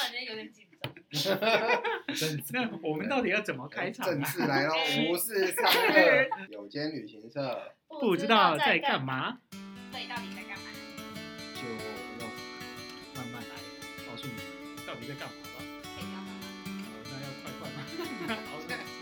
然间有点紧张。 那我们到底要怎么开场正式来咯，无事上课，有间旅行社不知道在干嘛， 所以到底在干嘛？ 就让我们慢慢来告诉你到底在干嘛吧。 可以干嘛？ 那要快吗？好，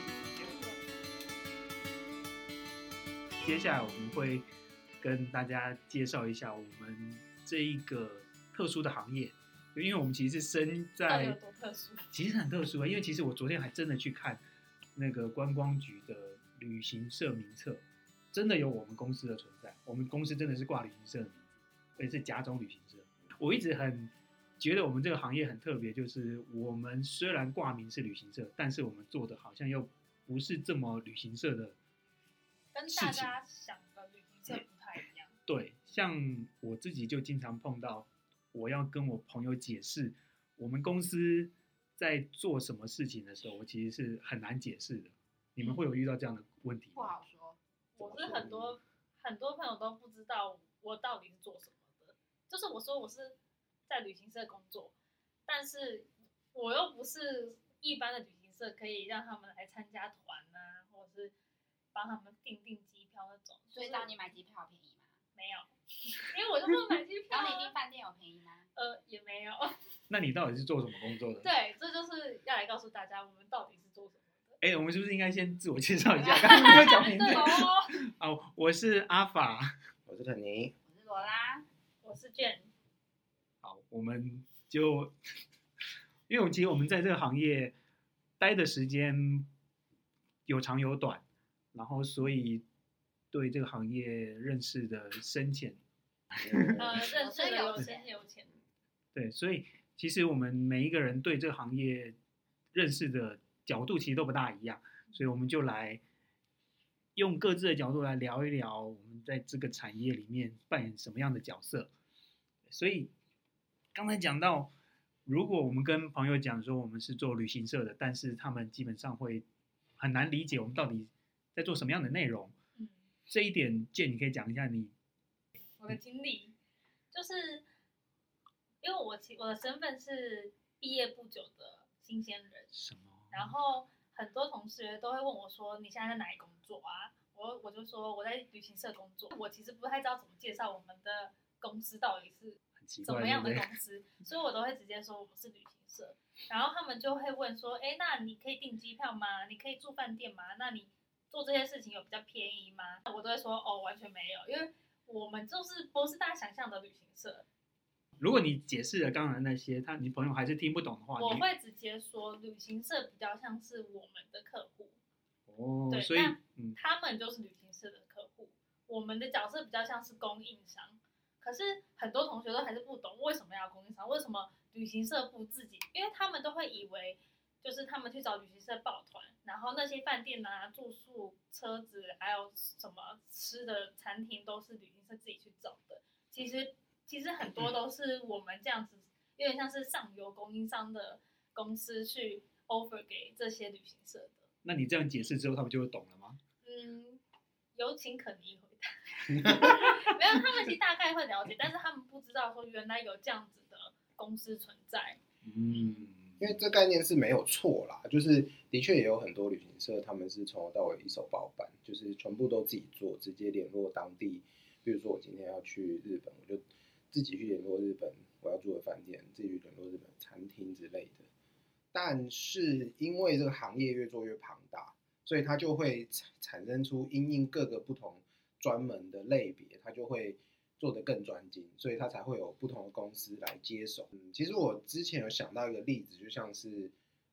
接下来我们会跟大家介绍一下我们这一个特殊的行业，因为我们其实是身在， 有多特殊？ 其实很特殊，因为其实我昨天还真的去看那个观光局的旅行社名册，真的有我们公司的存在。我们公司真的是挂旅行社的名字，而且是甲种旅行社。我一直很觉得我们这个行业很特别，就是我们虽然挂名是旅行社，但是我们做的好像又不是这么旅行社的。 跟大家想的旅行社不太一样。 对，像我自己就经常碰到，我要跟我朋友解释我们公司在做什么事情的时候，我其实是很难解释的。你们会有遇到这样的问题吗？ 不好说，我是很多朋友都不知道我到底是做什么的。就是我说我是在旅行社工作，但是我又不是一般的旅行社可以让他们来参加团啊，或者是帮他们订机票那种。 所以找你买机票便宜吗？ 没有，因为我就不能买机票。 然后你订饭店有便宜吗？ 也没有。 那你到底是做什么工作的？ 对，这就是要来告诉大家我们到底是做什么的。 哎，我们是不是应该先自我介绍一下？刚刚没有讲名字。 哦， 我是阿法， 我是肯尼， 我是罗拉， 我是卷。 好，我们就因为其实我们在这个行业待的时间有长有短，然后所以对这个行业认识的深浅， 认识的有深有浅。 对，所以其实我们每一个人对这个行业认识的角度其实都不大一样，所以我们就来用各自的角度来聊一聊我们在这个产业里面扮演什么样的角色。所以刚才讲到，如果我们跟朋友讲说我们是做旅行社的，但是他们基本上会很难理解我们到底在做什么样的内容。这一点Jane你可以讲一下我的经历，就是因为我的身份是毕业不久的新鲜人， 什么？ 然后很多同学都会问我说：“你现在在哪里工作啊？”我就说我在旅行社工作。我其实不太知道怎么介绍我们的公司到底是怎么样的公司，所以我都会直接说我们是旅行社。然后他们就会问说：“哎，那你可以订机票吗？你可以住饭店吗？那你做这些事情有比较便宜吗？”我都会说：“哦，完全没有，因为我们就是不是大家想象的旅行社。” 如果你解释了刚才那些，你朋友还是听不懂的话， 我会直接说旅行社比较像是我们的客户。对， 所以他们就是旅行社的客户，我们的角色比较像是供应商。可是很多同学都还是不懂为什么要供应商，为什么旅行社不自己？因为他们都会以为就是他们去找旅行社报团，然后那些饭店啊、住宿、车子，还有什么吃的餐厅都是旅行社自己去找的。其实很多都是我们这样子，有点像是上游供应商的公司去 offer 给这些旅行社的。 那你这样解释之后，他们就会懂了吗？ 有请肯尼回答。没有，他们其实大概会了解，但是他们不知道说原来有这样子的公司存在。 因为这概念是没有错啦，就是的确也有很多旅行社，他们是从头到尾一手包办，就是全部都自己做，直接联络当地。比如说我今天要去日本，我就自己去联络日本我要住的饭店，自己去联络日本餐厅之类的。但是因为这个行业越做越庞大，所以它就会产生出因应各个不同专门的类别，它就会做得更专精，所以它才会有不同的公司来接手。其实我之前有想到一个例子，就像是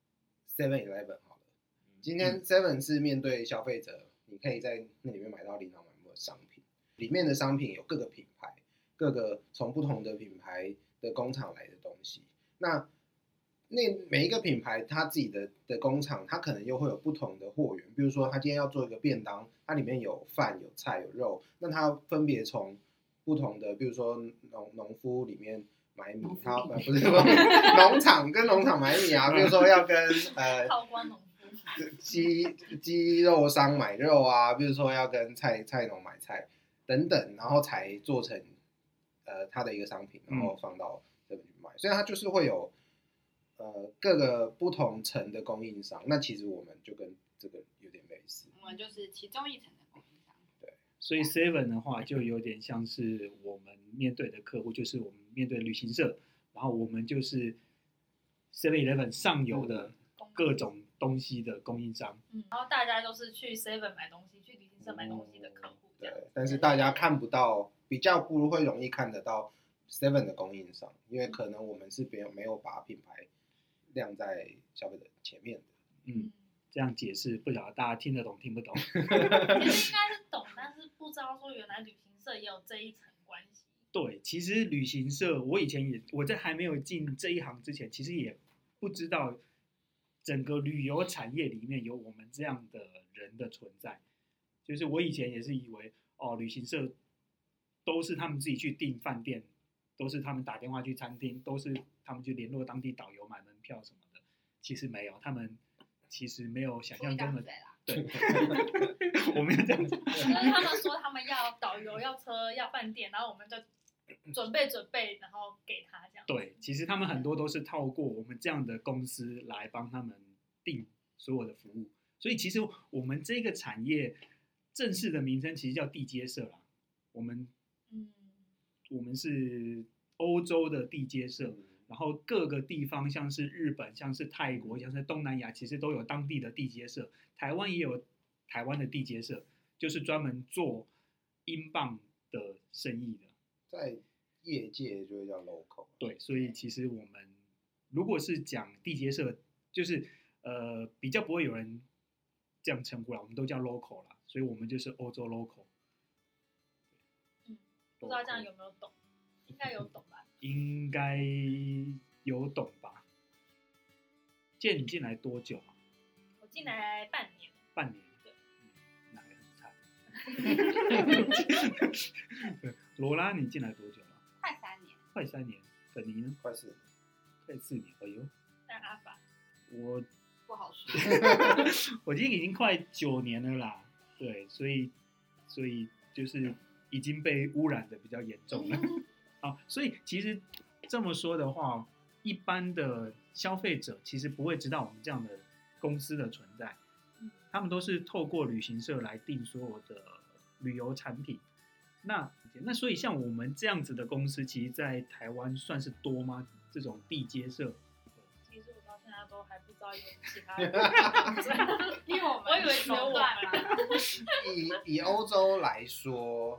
7-Eleven 好了，今天 7是面对消费者，你可以在那里面买到琳琅满目的商品，里面的商品有各个品牌，各个从不同的品牌的工厂来的东西。那每一个品牌它自己的工厂，它可能又会有不同的货源。比如说，它今天要做一个便当，它里面有饭、有菜、有肉，那它分别从不同的，比如说农夫里面买米，它不是农场跟农场买米啊，比如说要跟靠关农夫鸡肉商买肉啊，比如说要跟菜农买菜等等，然后才做成它的一个商品，然后放到这边去卖。所以它就是会有各个不同层的供应商，那其实我们就跟这个有点类似。 我们就是其中一层的供应商。 所以 Seven 的话就有点像是我们面对的客户，就是我们面对的旅行社，然后我们就是 7-Eleven 上游的各种东西的供应商。 然后大家都是去 Seven 买东西，去旅行社买东西的客户，这样。 对，但是大家看不到，比较不会容易看得到 Seven 的供应商，因为可能我们是没有把品牌亮在消费者前面的。 这样解释不晓得大家听得懂听不懂？ 其实应该是懂，但是不知道说原来旅行社也有这一层关系。 对，其实旅行社我以前我在还没有进这一行之前，其实也不知道整个旅游产业里面有我们这样的人的存在。就是我以前也是以为旅行社都是他们自己去订饭店，都是他们打电话去餐厅，都是他们去联络当地导游买门票什么的。其实没有，他们其实没有想象中的。对，我没有这样讲。 就是他们说他们要导游、要车、要饭店，然后我们就准备，然后给他这样。 对，其实他们很多都是透过我们这样的公司来帮他们订所有的服务，所以其实我们这个产业正式的名称其实叫地接社啦。我们是欧洲的地接社。然后各个地方，像是日本、像是泰国、像是东南亚，其实都有当地的地接社。台湾也有台湾的地接社，就是专门做英镑的生意的。 在业界就会叫 local。 对，所以其实我们如果是讲地接社，就是比较不会有人这样称呼啦，我们都叫 local 啦，所以我们就是欧洲 local。 不知道这样有没有懂？应该有懂吧？ 应该有懂吧？建你进来多久啊？ 我进来半年。 半年。 对。 那还很惨。罗拉，你进来多久了？ 快3年。 快3年。粉泥呢？ 快4年。 快4年。哎呦。 那阿法？ 我不好说。 我今天已经快9年了啦。对，所以就是已经被污染的比较严重了。所以其实这么说的话，一般的消费者其实不会知道我们这样的公司的存在，他们都是透过旅行社来订所有的旅游产品。那所以像我们这样子的公司，其实在台湾算是多吗？这种地接社？ 其实我到现在都还不知道有其他人， 因为我以为只有我们。 以欧洲来说，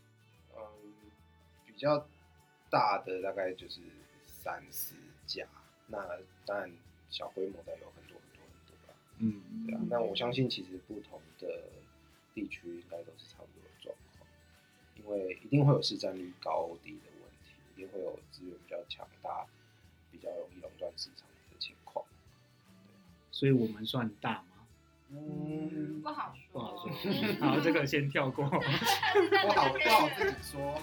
比较大的大概就是3-4家，那当然小规模的有很多啦。对啊，那我相信其实不同的地区应该都是差不多的状况，因为一定会有市占率高低的问题，一定会有资源比较强大、比较容易垄断市场的情况。 所以我们算大吗？ 不好说。 不好说。好，这个先跳过。 不好自己说。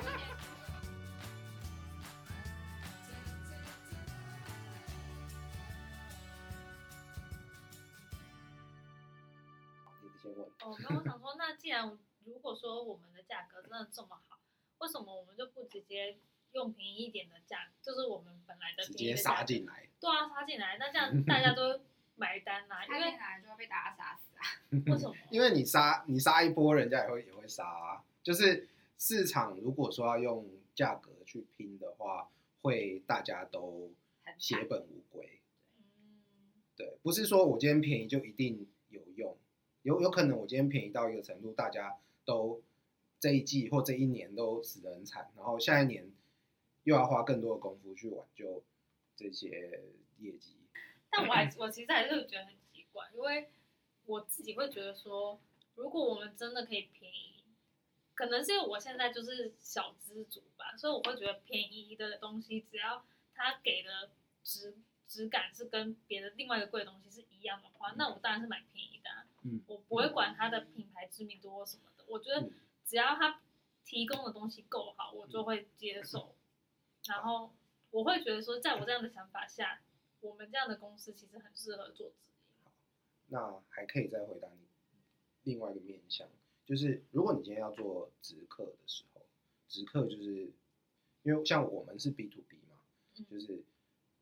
那我想说，那既然如果说我们的价格真的这么好，为什么我们就不直接用便宜一点的价，就是我们本来的便宜的价格直接杀进来？ 对啊，杀进来，那这样大家都买单啦，因为就会被大家杀死啊。 为什么？ 因为你杀一波，人家也会杀啊。就是市场如果说要用价格去拼的话，会大家都血本无归。对，不是说我今天便宜就一定有用，有可能我今天便宜到一个程度，大家都这一季或这一年都死得很惨，然后下一年又要花更多的功夫去挽救这些业绩。 但我其实还是觉得很奇怪，因为我自己会觉得说，如果我们真的可以便宜，可能是因为我现在就是小资族吧，所以我会觉得便宜的东西，只要它给的质感是跟别的另外一个贵的东西是一样的话，那我当然是买便宜的啊。我不会管它的品牌知名度或什么的，我觉得只要它提供的东西够好，我就会接受。然后我会觉得说，在我这样的想法下，我们这样的公司其实很适合做直营。 那还可以再回答你另外一个面向，就是如果你今天要做直客的时候，直客就是因为像我们是 B to B 嘛，就是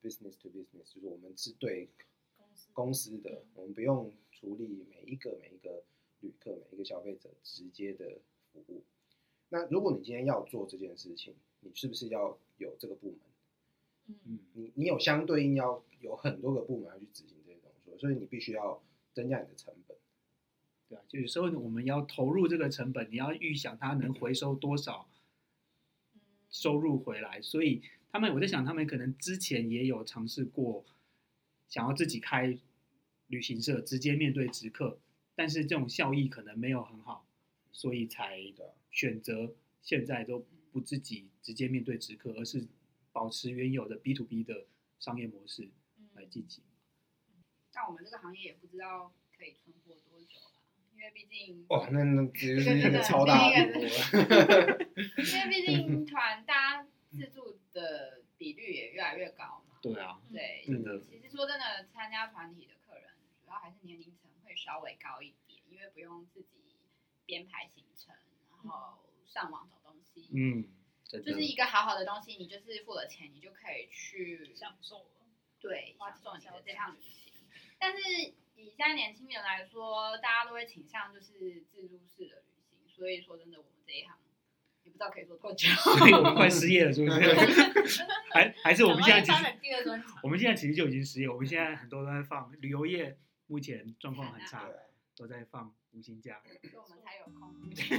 business to business， 就是我们是对公司公司的，我们不用处理每一个旅客、每一个消费者直接的服务。那如果你今天要做这件事情，你是不是要有这个部门？你有相对应要有很多个部门要去执行这些动作，所以你必须要增加你的成本。 对啊，就有时候我们要投入这个成本，你要预想它能回收多少收入回来，所以我在想他们可能之前也有尝试过想要自己开旅行社，直接面对直客，但是这种效益可能没有很好，所以才选择现在都不自己直接面对直客，而是保持原有的 B to B 的商业模式来进行。 但我们这个行业也不知道可以存活多久啦，因为毕竟那直接是一个超大的规模了。 因为毕竟大家自助的比率也越来越高嘛。 对啊， 对， 真的。 其实说真的，参加团体的客人主要还是年龄层会稍微高一点，因为不用自己编排行程，然后上网找东西。 就是一个好好的东西，你就是付了钱，你就可以去享受了。 对，享受你的这趟旅行。但是以现在年轻人来说，大家都会倾向就是自助式的旅行，所以说真的，我们这一行也不知道可以做多久。 所以我们快失业了，是不是？还是我们现在其实第二专场， 我们现在其实就已经失业。我们现在很多都在放旅游业，目前状况很差，都在放无薪假， 所以我们才有空。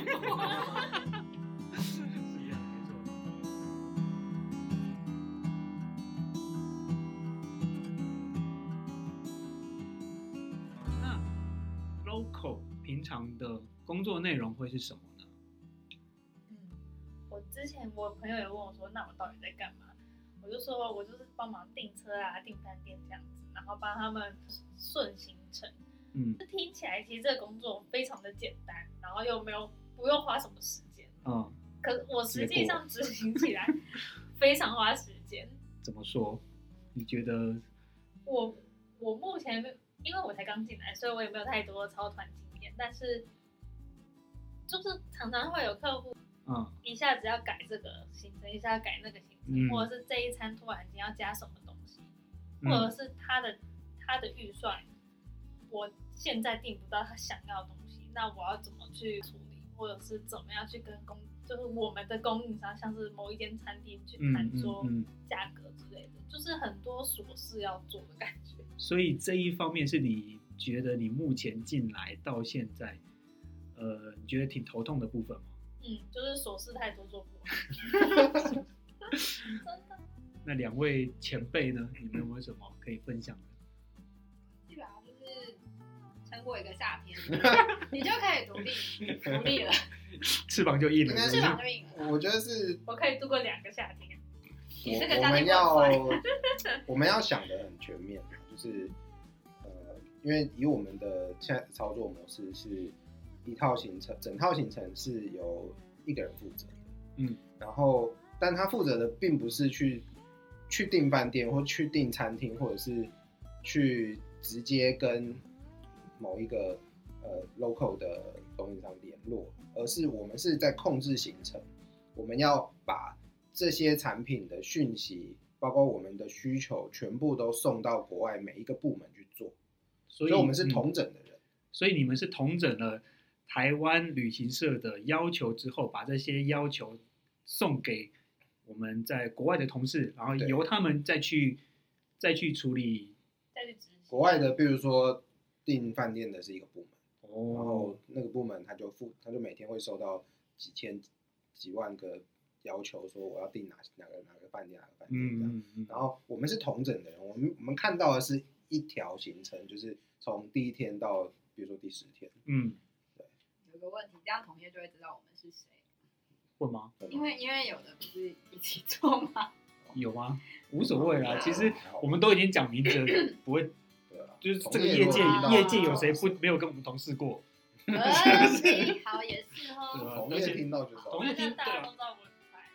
是这样，没错。那 local 平常的工作内容会是什么呢？ 我之前我朋友也问我说，那我到底在干嘛？我就说我就是帮忙订车啊、订饭店这样子，然后帮他们顺行程。听起来其实这个工作非常的简单，然后又不用花什么时间。可是我实际上执行起来非常花时间。 怎么说？你觉得？ 我目前因为我才刚进来，所以我也没有太多操团经验，但是就是常常会有客户，一下子要改这个行程，一下要改那个行程，或者是这一餐突然间要加什么东西，或者是他的预算，我现在订不到他想要的东西，那我要怎么去处理，或者是怎么样去跟就是我们的供应商，像是某一间餐厅去谈说价格之类的，就是很多琐事要做的感觉。 所以这一方面是你觉得你目前进来到现在，你觉得挺头痛的部分吗？ 就是琐事太多做不完。真的。 那两位前辈呢？你们有没有什么可以分享的？ 基本上就是撑过一个夏天，你就可以独立了， 翅膀就硬了。 翅膀就硬了。 我觉得是， 我可以度过2个夏天。 我们要想得很全面，就是因为以我们的现在的操作模式是一套行程，整套行程是由一个人负责的，然后但他负责的并不是去订饭店或去订餐厅，或者是去直接跟某一个local 的供应商联络，而是我们是在控制行程，我们要把这些产品的讯息，包括我们的需求，全部都送到国外每一个部门去做，所以我们是统整的人。 所以你们是统整了台湾旅行社的要求之后，把这些要求送给我们在国外的同事，然后由他们再去处理， 再去执行。 国外的，比如说订饭店的是一个部门，然后那个部门他就每天会收到几千几万个要求，说我要订哪个饭店这样。然后我们是统整的人，我们看到的是一条行程，就是从第一天到比如说第10天。 对。有个问题，这样同业就会知道我们是谁。 会吗？ 因为有的不是一起做吗？ 有吗？无所谓啦，其实我们都已经讲名字了，不会。就是这个业界有谁没有跟我们同事过？ 好也是哦。 同业听到就知道。 同业听大家都知道我很菜。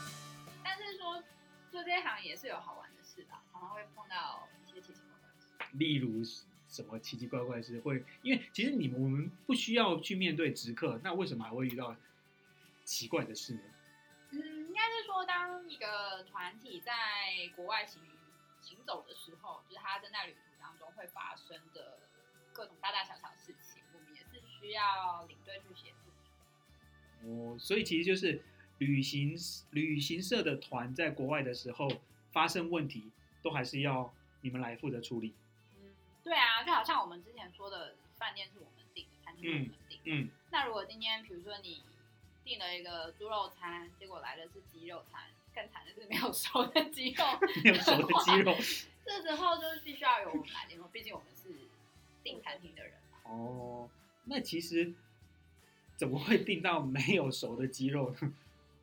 但是说做这一行也是有好玩的事吧，常常会碰到一些奇奇怪怪的事。 例如什么奇奇怪怪的事会？因为其实我们不需要去面对直客，那为什么还会遇到奇怪的事呢？ 应该是说，当一个团体在国外行走的时候，就是他正在旅途当中会发生的各种大大小小的事情，我们也是需要领队去协助。 所以其实就是旅行社的团在国外的时候发生问题，都还是要你们来负责处理。 对啊，就好像我们之前说的，饭店是我们订的，餐厅是我们订的。那如果今天比如说你订了一个猪肉餐，结果来的是鸡肉餐，更惨的是没有熟的鸡肉， 没有熟的鸡肉， 这时候就是必须要由我们来联络，毕竟我们是订餐厅的人嘛。 那其实怎么会订到没有熟的鸡肉呢？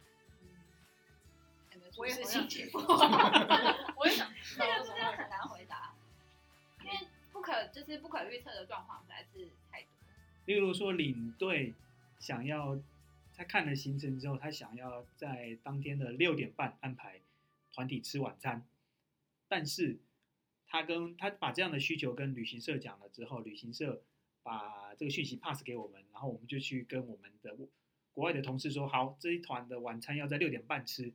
我也很想解我也想， 这个真的很难回答，因为不可预测的状况实在是太多。 例如说，领队想要他看了行程之后，他想要在当天的6点半安排团体吃晚餐，但是他把这样的需求跟旅行社讲了之后，旅行社把这个讯息 pass 给我们，然后我们就去跟我们的国外的同事说，好，这一团的晚餐要在6点半吃，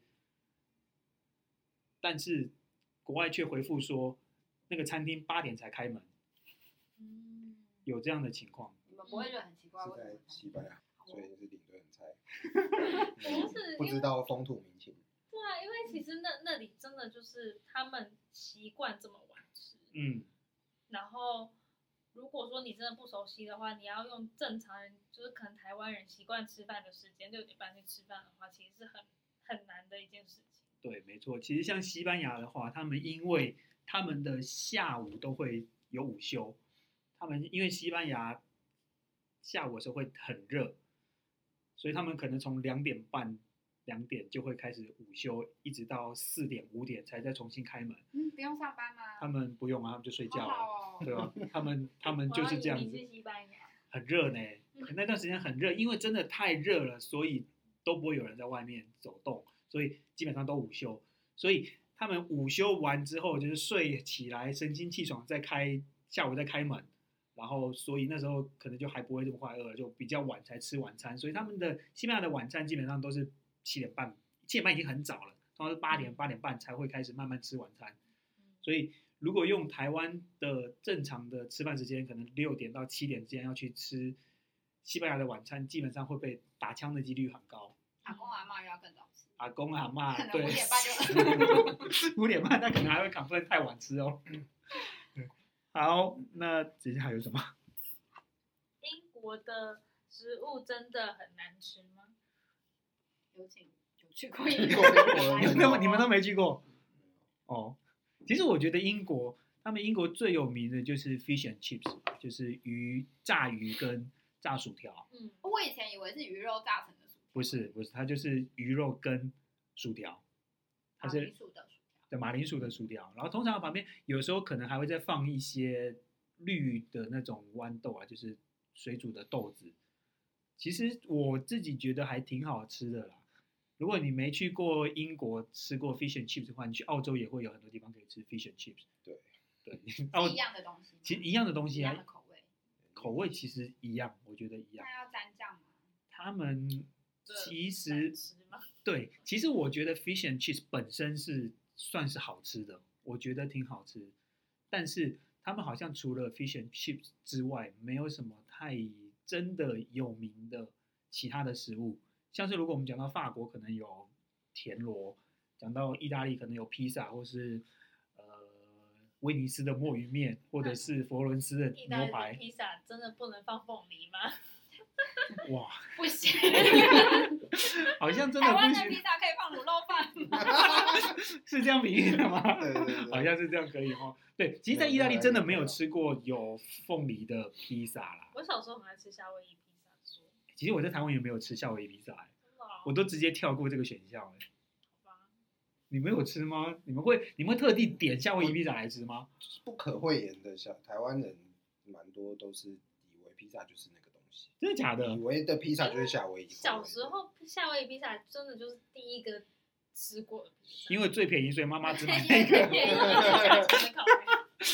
但是国外却回复说那个餐厅8点才开门，有这样的情况。 你们不会觉得很奇怪？ 是在西班牙，所以是领队很菜，不知道风土民情。 对啊，因为其实那里真的就是他们习惯这么晚吃，然后如果说你真的不熟悉的话，你要用正常人，就是可能台湾人习惯吃饭的时间6点半去吃饭的话，其实是很难的一件事情。 对，没错。其实像西班牙的话，他们因为他们的下午都会有午休，他们因为西班牙下午的时候会很热，所以他们可能从2点半、2点就会开始午休，一直到4点、5点才再重新开门。 不用上班吗？ 他们不用啊，他们就睡觉了， 好对吧？他们就是这样子。 我要移民去西班牙， 很热呢，那段时间很热，因为真的太热了，所以都不会有人在外面走动，所以基本上都午休。所以他们午休完之后，就是睡起来，神清气爽，下午再开门。然后，所以那时候可能就还不会这么快饿，就比较晚才吃晚餐。所以他们的西班牙的晚餐基本上都是7点半，7点半已经很早了，通常是8点、8点半才会开始慢慢吃晚餐。所以如果用台湾的正常的吃饭时间，可能6点到7点之间要去吃西班牙的晚餐，基本上会被打枪的几率很高。 阿公阿嬷要更早吃。 阿公阿嬷可能对 5点半就 5点半，他可能还会 complain 太晚吃哦。好，那接下来有什么？ 英国的食物真的很难吃吗？ 有去过英国， 你们都没去过哦。其实我觉得他们英国最有名的就是 fish and chips， 就是炸鱼跟炸薯条。 我以前以为是鱼肉炸成的薯条。 不是，它就是鱼肉跟薯条，它是马铃薯的薯条。然后通常旁边有时候可能还会再放一些绿的那种豌豆啊，就是水煮的豆子。其实我自己觉得还挺好吃的啦。如果你没去过英国吃过 fish and chips 的话，你去澳洲也会有很多地方可以吃 fish and chips。对， 一样的东西。 其实一样的东西啊， 一样的口味其实一样，我觉得一样。 那要蘸酱吗？ 他们其实对，其实我觉得 fish and chips 本身是算是好吃的，我觉得挺好吃。但是他们好像除了 fish and chips 之外，没有什么太真的有名的其他的食物。像是如果我们讲到法国，可能有田螺；讲到意大利，可能有披萨，或是威尼斯的墨鱼面，或者是佛罗伦斯的牛排。 披萨真的不能放凤梨吗？ 哇， 不行， 好像真的不行。 台湾的披萨可以放卤肉饭， 是这样比喻的吗？ 对， 好像是这样可以哦。对，其实，在意大利真的没有吃过有凤梨的披萨啦。 我小时候很爱吃夏威夷披萨。 其实我在台湾也没有吃夏威夷披萨， 哦， 我都直接跳过这个选项。你没有吃吗？你们会特地点夏威夷披萨来吃吗？ 不可讳言的，台湾人蛮多都是以为披萨就是那个东西。 真的假的？ 以为的披萨就是夏威夷。 小时候夏威夷披萨真的就是第一个吃过的披萨， 因为最便宜，所以妈妈只买那个。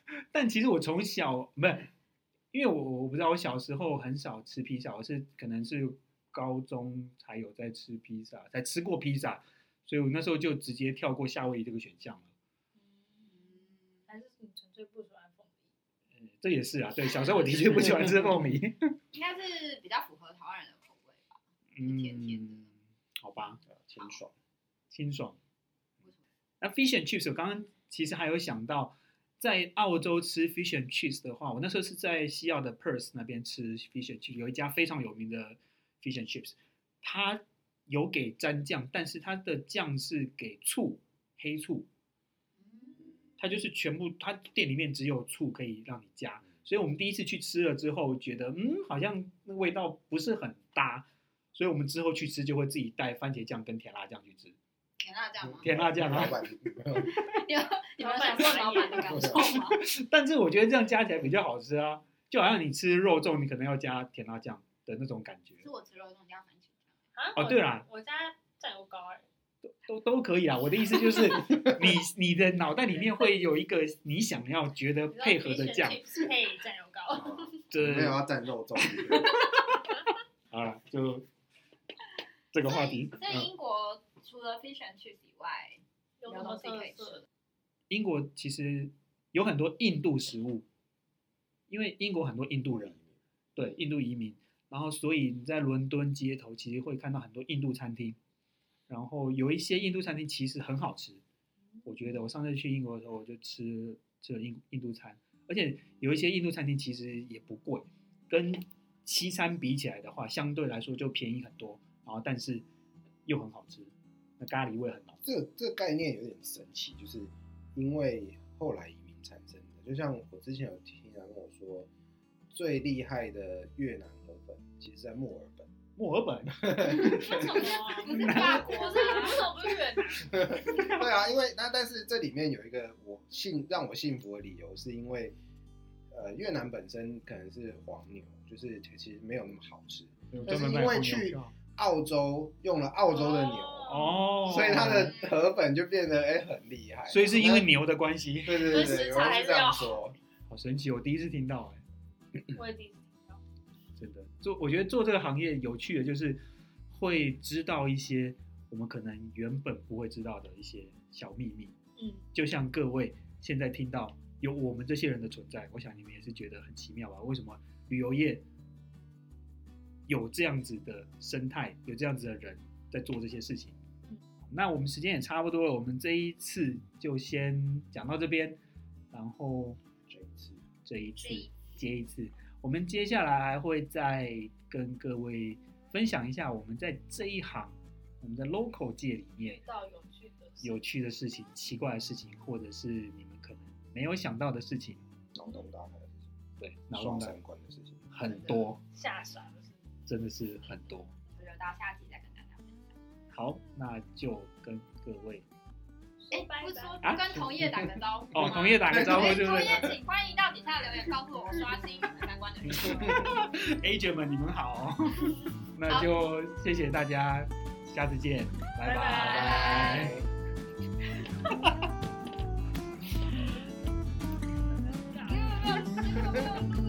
但其实我从小不是，因为我不知道，我小时候很少吃披萨，我是可能是高中才有在吃披萨，才吃过披萨，所以我那时候就直接跳过夏威夷这个选项了。 还是你纯粹不喜欢凤梨？ 这也是啊，对，小时候我的确不喜欢吃凤梨。 应该是比较符合台湾人的口味吧，甜甜的。 好吧， 清爽。 清爽。那 fish and chips 我刚刚其实还有想到，在澳洲吃 fish and chips 的话，我那时候是在西澳的 Perth 那边吃 fish and chips， 有一家非常有名的 fish and chips， 它有给蘸酱，但是它的酱是给醋，黑醋，它就是全部，它店里面只有醋可以让你加，所以我们第一次去吃了之后，觉得好像那味道不是很搭，所以我们之后去吃就会自己带番茄酱跟甜辣酱去吃。 甜辣酱吗？ 甜辣酱啊， 老板， 你们享受老板的感受吗？ 但是我觉得这样加起来比较好吃啊，就好像你吃肉粽，你可能要加甜辣酱的那种感觉。 是我吃肉粽加番茄酱。 啊， 哦对啦我加酱油膏都可以啊。我的意思就是你的脑袋里面会有一个你想要觉得配合的酱， 配酱油膏。 这没有要蘸肉粽。 好了，就这个话题。 在英国除了 fish and chips 以外， 有什么特色？ 英国其实有很多印度食物，因为英国很多印度人，对，印度移民，然后所以你在伦敦街头其实会看到很多印度餐厅，然后有一些印度餐厅其实很好吃，我觉得我上次去英国的时候我就吃了印度餐，而且有一些印度餐厅其实也不贵，跟西餐比起来的话，相对来说就便宜很多，然后但是又很好吃，那咖喱味很浓。 这概念有点神奇，就是因为后来移民产生的。就像我之前有听人跟我说，最厉害的越南河粉其实在墨尔本。 墨尔本？ 为什么？不是法国吗？为什么不是越南？ 对啊，因为但是这里面有一个让我信服的理由，是因为越南本身可能是黄牛，就是其实没有那么好吃，但是因为去澳洲用了澳洲的牛，所以它的河粉就变得很厉害。 所以是因为牛的关系。 对，有人是这样说， 好神奇，我第一次听到我也第一次听到。 真的，我觉得做这个行业有趣的就是会知道一些我们可能原本不会知道的一些小秘密。就像各位现在听到有我们这些人的存在，我想你们也是觉得很奇妙吧？为什么旅游业有这样子的生态，有这样子的人在做这些事情？那我们时间也差不多了，我们这一次就先讲到这边，然后这一次接一次，我们接下来还会再跟各位分享一下我们在这一行，我们在 local 界里面遇到有趣的事情、奇怪的事情，或者是你们可能没有想到的事情， 脑洞大开的事情， 对， 双三观的事情很多， 吓傻的事情真的是很多。 留到下集再跟大家分享。 好，那就跟各位， 不是说跟同业打个招呼哦，同业打个招呼，对不对？ 同业请欢迎到底下留言告诉我刷新你们三观的人。 Agent 们，你们好，那就谢谢大家，下次见，拜拜。 没有